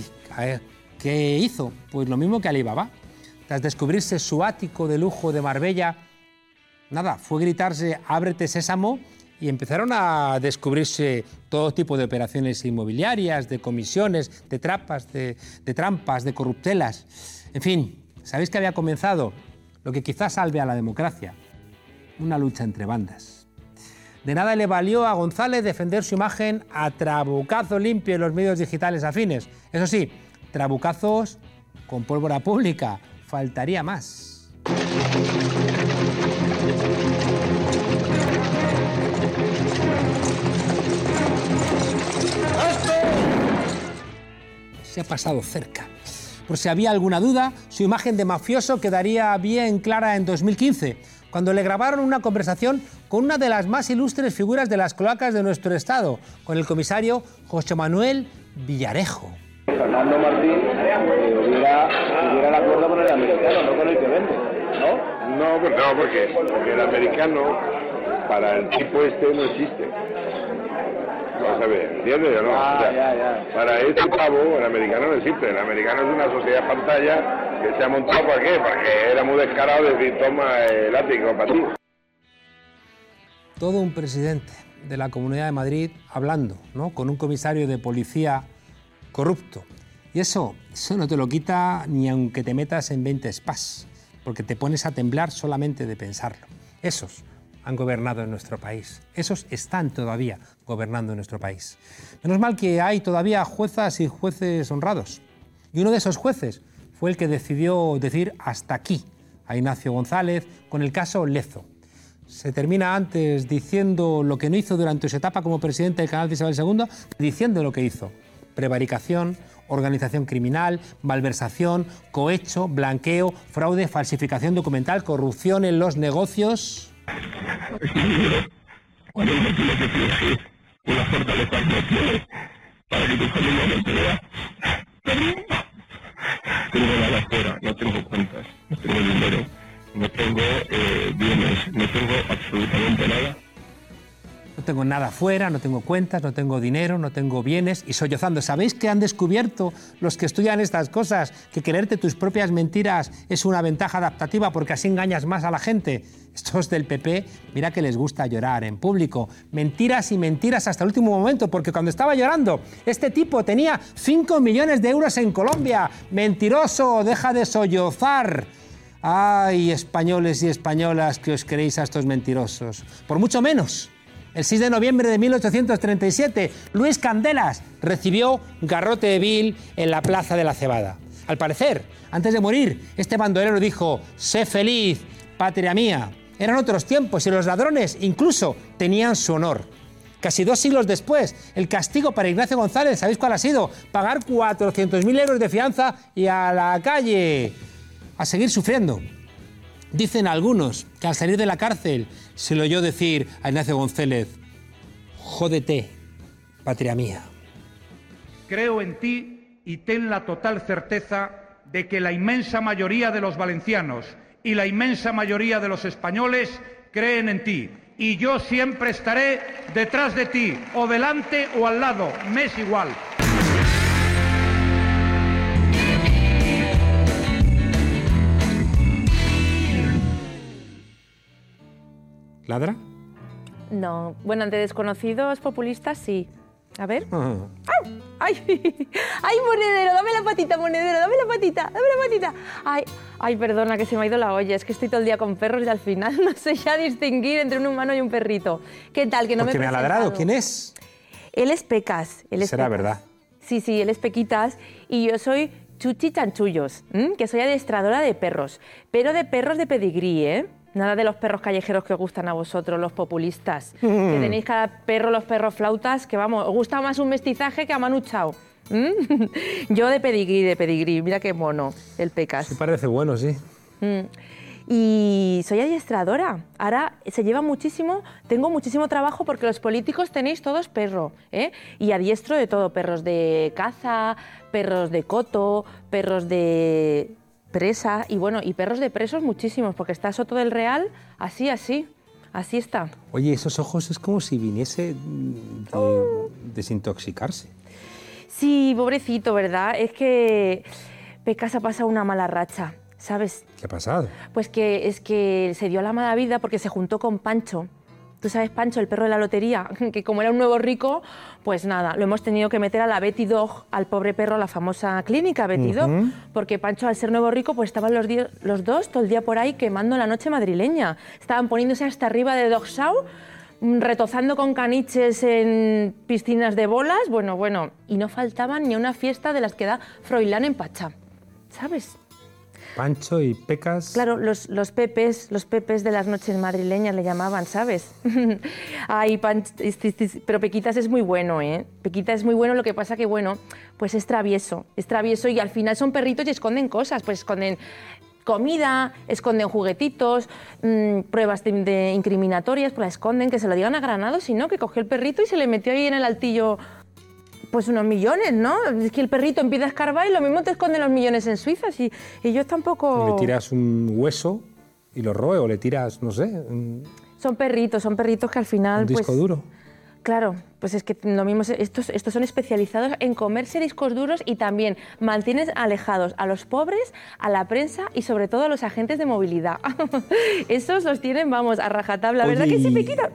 ¿Qué hizo? Pues lo mismo que Alibaba. Tras descubrirse su ático de lujo de Marbella, nada, fue gritarse «ábrete sésamo» y empezaron a descubrirse todo tipo de operaciones inmobiliarias, de comisiones, de trapas, de, de trampas, de corruptelas. En fin, ¿sabéis que había comenzado lo que quizás salve a la democracia? Una lucha entre bandas. De nada le valió a González defender su imagen a trabucazo limpio en los medios digitales afines. Eso sí, trabucazos con pólvora pública. Faltaría más. Se ha pasado cerca. Por si había alguna duda, su imagen de mafioso quedaría bien clara en dos mil quince, cuando le grabaron una conversación con una de las más ilustres figuras de las cloacas de nuestro estado, con el comisario José Manuel Villarejo. Fernando Martín eh, hubiera, hubiera el acuerdo con el americano, no con el que vende, ¿no? No, pues no, porque, porque el americano para el tipo este no existe. Vamos a ver, ¿entiendes o no? Ah, o sea, ya, ya. Para este pavo el americano no existe. El americano es una sociedad pantalla que se ha montado ¿para qué? Porque era muy descarado decir toma el látigo para ti. Todo un presidente de la Comunidad de Madrid hablando, ¿no?, con un comisario de policía corrupto. Y eso, eso no te lo quita ni aunque te metas en veinte spas, porque te pones a temblar solamente de pensarlo. Esos han gobernado en nuestro país. Esos están todavía gobernando en nuestro país. Menos mal que hay todavía juezas y jueces honrados. Y uno de esos jueces fue el que decidió decir hasta aquí a Ignacio González con el caso Lezo. Se termina antes diciendo lo que no hizo durante su etapa como presidente del canal de Isabel segunda, diciendo lo que hizo. Prevaricación, organización criminal, malversación, cohecho, blanqueo, fraude, falsificación documental, corrupción en los negocios. Cuando no tienes que fingir una fortaleza emocional para que tu familia no te vea. Tengo nada afuera, no tengo cuentas, no tengo dinero, no tengo eh, bienes, no tengo absolutamente nada. No tengo nada afuera, no tengo cuentas, no tengo dinero, no tengo bienes. Y sollozando, ¿sabéis que han descubierto los que estudian estas cosas? Que creerte tus propias mentiras es una ventaja adaptativa porque así engañas más a la gente. Estos del P P, mira que les gusta llorar en público. Mentiras y mentiras hasta el último momento, porque cuando estaba llorando, este tipo tenía cinco millones de euros en Colombia. Mentiroso, deja de sollozar. Ay, españoles y españolas que os creéis a estos mentirosos. Por mucho menos. El seis de noviembre de mil ochocientos treinta y siete, Luis Candelas recibió garrote vil en la Plaza de la Cebada. Al parecer, antes de morir, este bandolero dijo: «Sé feliz, patria mía». Eran otros tiempos y los ladrones incluso tenían su honor. Casi dos siglos después, el castigo para Ignacio González, ¿sabéis cuál ha sido? Pagar cuatrocientos mil euros de fianza y a la calle, a seguir sufriendo. Dicen algunos que al salir de la cárcel se le oyó decir a Ignacio González: «Jódete, patria mía». Creo en ti y ten la total certeza de que la inmensa mayoría de los valencianos y la inmensa mayoría de los españoles creen en ti. Y yo siempre estaré detrás de ti, o delante o al lado, me es igual. ¿Ladra? No. Bueno, ante desconocidos populistas, sí. A ver. Uh-huh. ¡Ay! ¡Ay! ¡Ay, monedero! Dame la patita, monedero, dame la patita, dame la patita. Ay, ay, perdona, que se me ha ido la olla. Es que estoy todo el día con perros y al final no sé ya distinguir entre un humano y un perrito. ¿Qué tal? Que no me he Porque me ha ladrado. ¿Quién es? Él es Pecas. Él es Será Pecas. verdad. Sí, sí, él es Pequitas y yo soy Chuchi Chanchullos, ¿m? Que soy adiestradora de perros, pero de perros de pedigrí, ¿eh? Nada de los perros callejeros que os gustan a vosotros, los populistas. Mm. Que tenéis cada perro, los perros flautas, que vamos, os gusta más un mestizaje que a Manu Chao. ¿Mm? Yo de pedigrí, de pedigrí, mira qué mono, el Pecas. Sí, parece bueno, sí. Mm. Y soy adiestradora. Ahora se lleva muchísimo, tengo muchísimo trabajo porque los políticos tenéis todos perro, ¿eh? Y adiestro de todo, perros de caza, perros de coto, perros de presa y bueno, y perros de presos muchísimos, porque está Soto del Real, así, así, así está. Oye, esos ojos es como si viniese de oh. desintoxicarse. Sí, pobrecito, ¿verdad? Es que Pecas ha pasado una mala racha, ¿sabes? ¿Qué ha pasado? Pues que es que se dio la mala vida porque se juntó con Pancho. Tú sabes, Pancho, el perro de la lotería, que como era un nuevo rico, pues nada, lo hemos tenido que meter a la Betty Dog, al pobre perro, a la famosa clínica Betty Dog, uh-huh. porque Pancho, al ser nuevo rico, pues estaban los, los dos todo el día por ahí quemando la noche madrileña. Estaban poniéndose hasta arriba de Dog Show, retozando con caniches en piscinas de bolas, bueno, bueno, y no faltaban ni una fiesta de las que da Froilán en Pachá, ¿sabes? Pancho y Pecas. Claro, los, los pepes, los pepes de las noches madrileñas le llamaban, ¿sabes? Ay, Pancho, pero Pequitas es muy bueno, ¿eh? Pequitas es muy bueno, lo que pasa que, bueno, pues es travieso, es travieso y al final son perritos y esconden cosas, pues esconden comida, esconden juguetitos, mmm, pruebas de, de incriminatorias, pues la esconden, que se lo digan a Granados, sino que cogió el perrito y se le metió ahí en el altillo pues unos millones, ¿no? Es que el perrito empieza a escarbar y lo mismo te esconden los millones en Suiza y, y yo tampoco... Le tiras un hueso y lo roe o le tiras, no sé... Un... Son perritos, son perritos que al final... Un disco pues, duro. Claro, pues es que lo mismo, estos, estos son especializados en comerse discos duros y también mantienen alejados a los pobres, a la prensa y sobre todo a los agentes de movilidad. Esos los tienen, vamos, a rajatabla. Oye, ¿Verdad que sí, y... Pequita?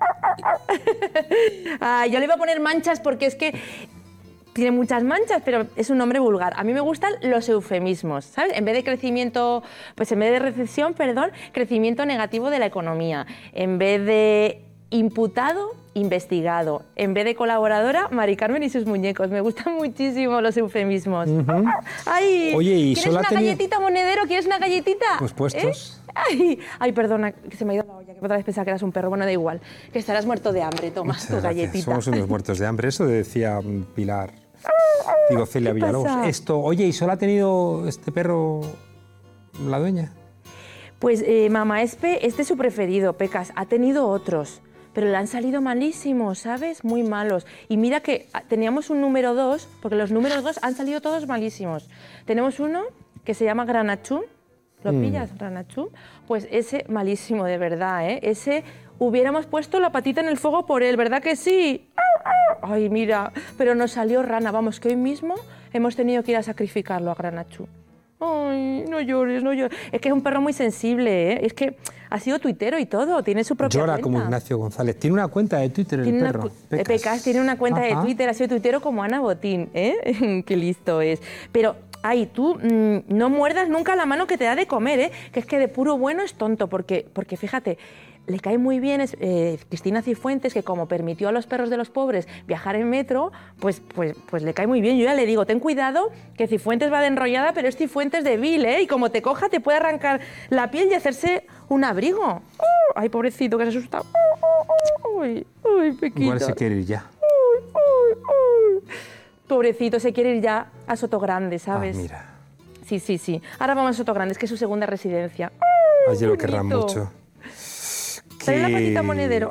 Ah, yo le iba a poner manchas porque es que tiene muchas manchas, pero es un nombre vulgar. A mí me gustan los eufemismos, ¿sabes? En vez de crecimiento, pues en vez de recesión, perdón, crecimiento negativo de la economía. En vez de imputado, investigado. En vez de colaboradora, Mari Carmen y sus muñecos. Me gustan muchísimo los eufemismos. Uh-huh. ¡Ay! Oye, ¿y ¿quieres una tenido... galletita, monedero? ¿Quieres una galletita? Pues puestos. ¿Eh? Ay, ay, perdona, que se me ha ido la olla, que otra vez pensaba que eras un perro. Bueno, da igual, que estarás muerto de hambre. Toma Muchas tu gracias. galletita. Somos unos muertos de hambre. Eso decía Pilar, digo, Celia Villalobos. Esto, oye, ¿y solo ha tenido este perro la dueña? Pues eh, Mamá Espe, este es su preferido, Pecas. Ha tenido otros, pero le han salido malísimos, ¿sabes? Muy malos. Y mira que teníamos un número dos, porque los números dos han salido todos malísimos. Tenemos uno que se llama Granachú. ¿Lo Mm. pillas, Granachú? Pues ese malísimo, de verdad, ¿eh? Ese hubiéramos puesto la patita en el fuego por él, ¿verdad que sí? Ay, mira, pero nos salió rana. Vamos, que hoy mismo hemos tenido que ir a sacrificarlo a Granachú. Ay, no llores, no llores. Es que es un perro muy sensible, ¿eh? Es que ha sido tuitero y todo, tiene su propia Llora cuenta. como Ignacio González. Tiene una cuenta de Twitter Tiene el una perro. cu- Pecas. Pecas tiene una cuenta Ajá. de Twitter, ha sido tuitero como Ana Botín, ¿eh? Qué listo es. Pero, ay, tú mmm, no muerdas nunca la mano que te da de comer, ¿eh? Que es que de puro bueno es tonto, porque, porque fíjate, le cae muy bien es, eh, Cristina Cifuentes, que como permitió a los perros de los pobres viajar en metro, pues, pues, pues le cae muy bien. Yo ya le digo, ten cuidado, que Cifuentes va de enrollada, pero es Cifuentes de vil, ¿eh? Y como te coja, te puede arrancar la piel y hacerse un abrigo. Uh, ay, pobrecito, que se ha asustado. Uh, uy, uy, Pequita. Igual se quiere ir ya. Uy, uy, uy. Pobrecito, se quiere ir ya a Sotogrande, ¿sabes? Ah, mira. Sí, sí, sí. Ahora vamos a Sotogrande, es que es su segunda residencia. Ayer lo querrán bonito. mucho. Trae la Que- patita, monedero.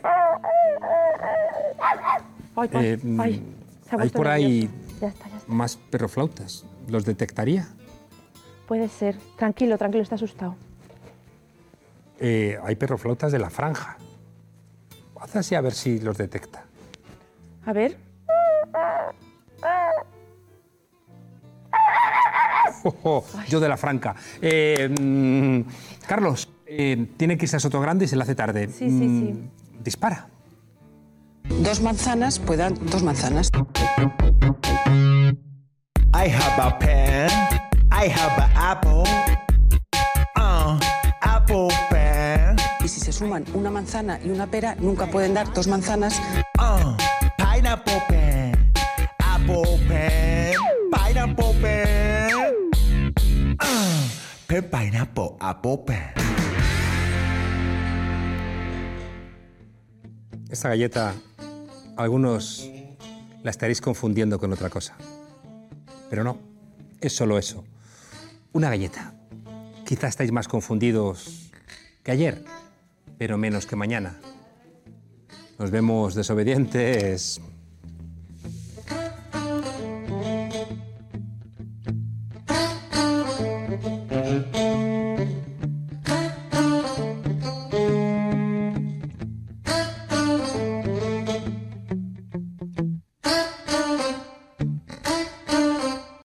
Ay, ay, Eh, ay, se ha hay puesto por ahí nervioso. Ya está, ya está. más perroflautas. ¿Los detectaría? Puede ser. Tranquilo, tranquilo, está asustado. Eh, hay perroflautas de la franja. Haz así a ver si los detecta. A ver. Oh, oh, yo de la franca. Eh, mm, Carlos, eh, tiene que irse a Sotogrande y se le hace tarde. Sí, sí, sí. Mm, dispara. Dos manzanas, pues dan dos manzanas. I have a pen, I have an apple, uh, apple pen. Y si se suman una manzana y una pera, nunca pueden dar dos manzanas. Uh, pineapple pen, apple pen, pineapple pen. Uh, pen, pineapple, apple pen. Esta galleta, algunos la estaréis confundiendo con otra cosa. Pero no, es solo eso. Una galleta. Quizá estáis más confundidos que ayer, pero menos que mañana. Nos vemos desobedientes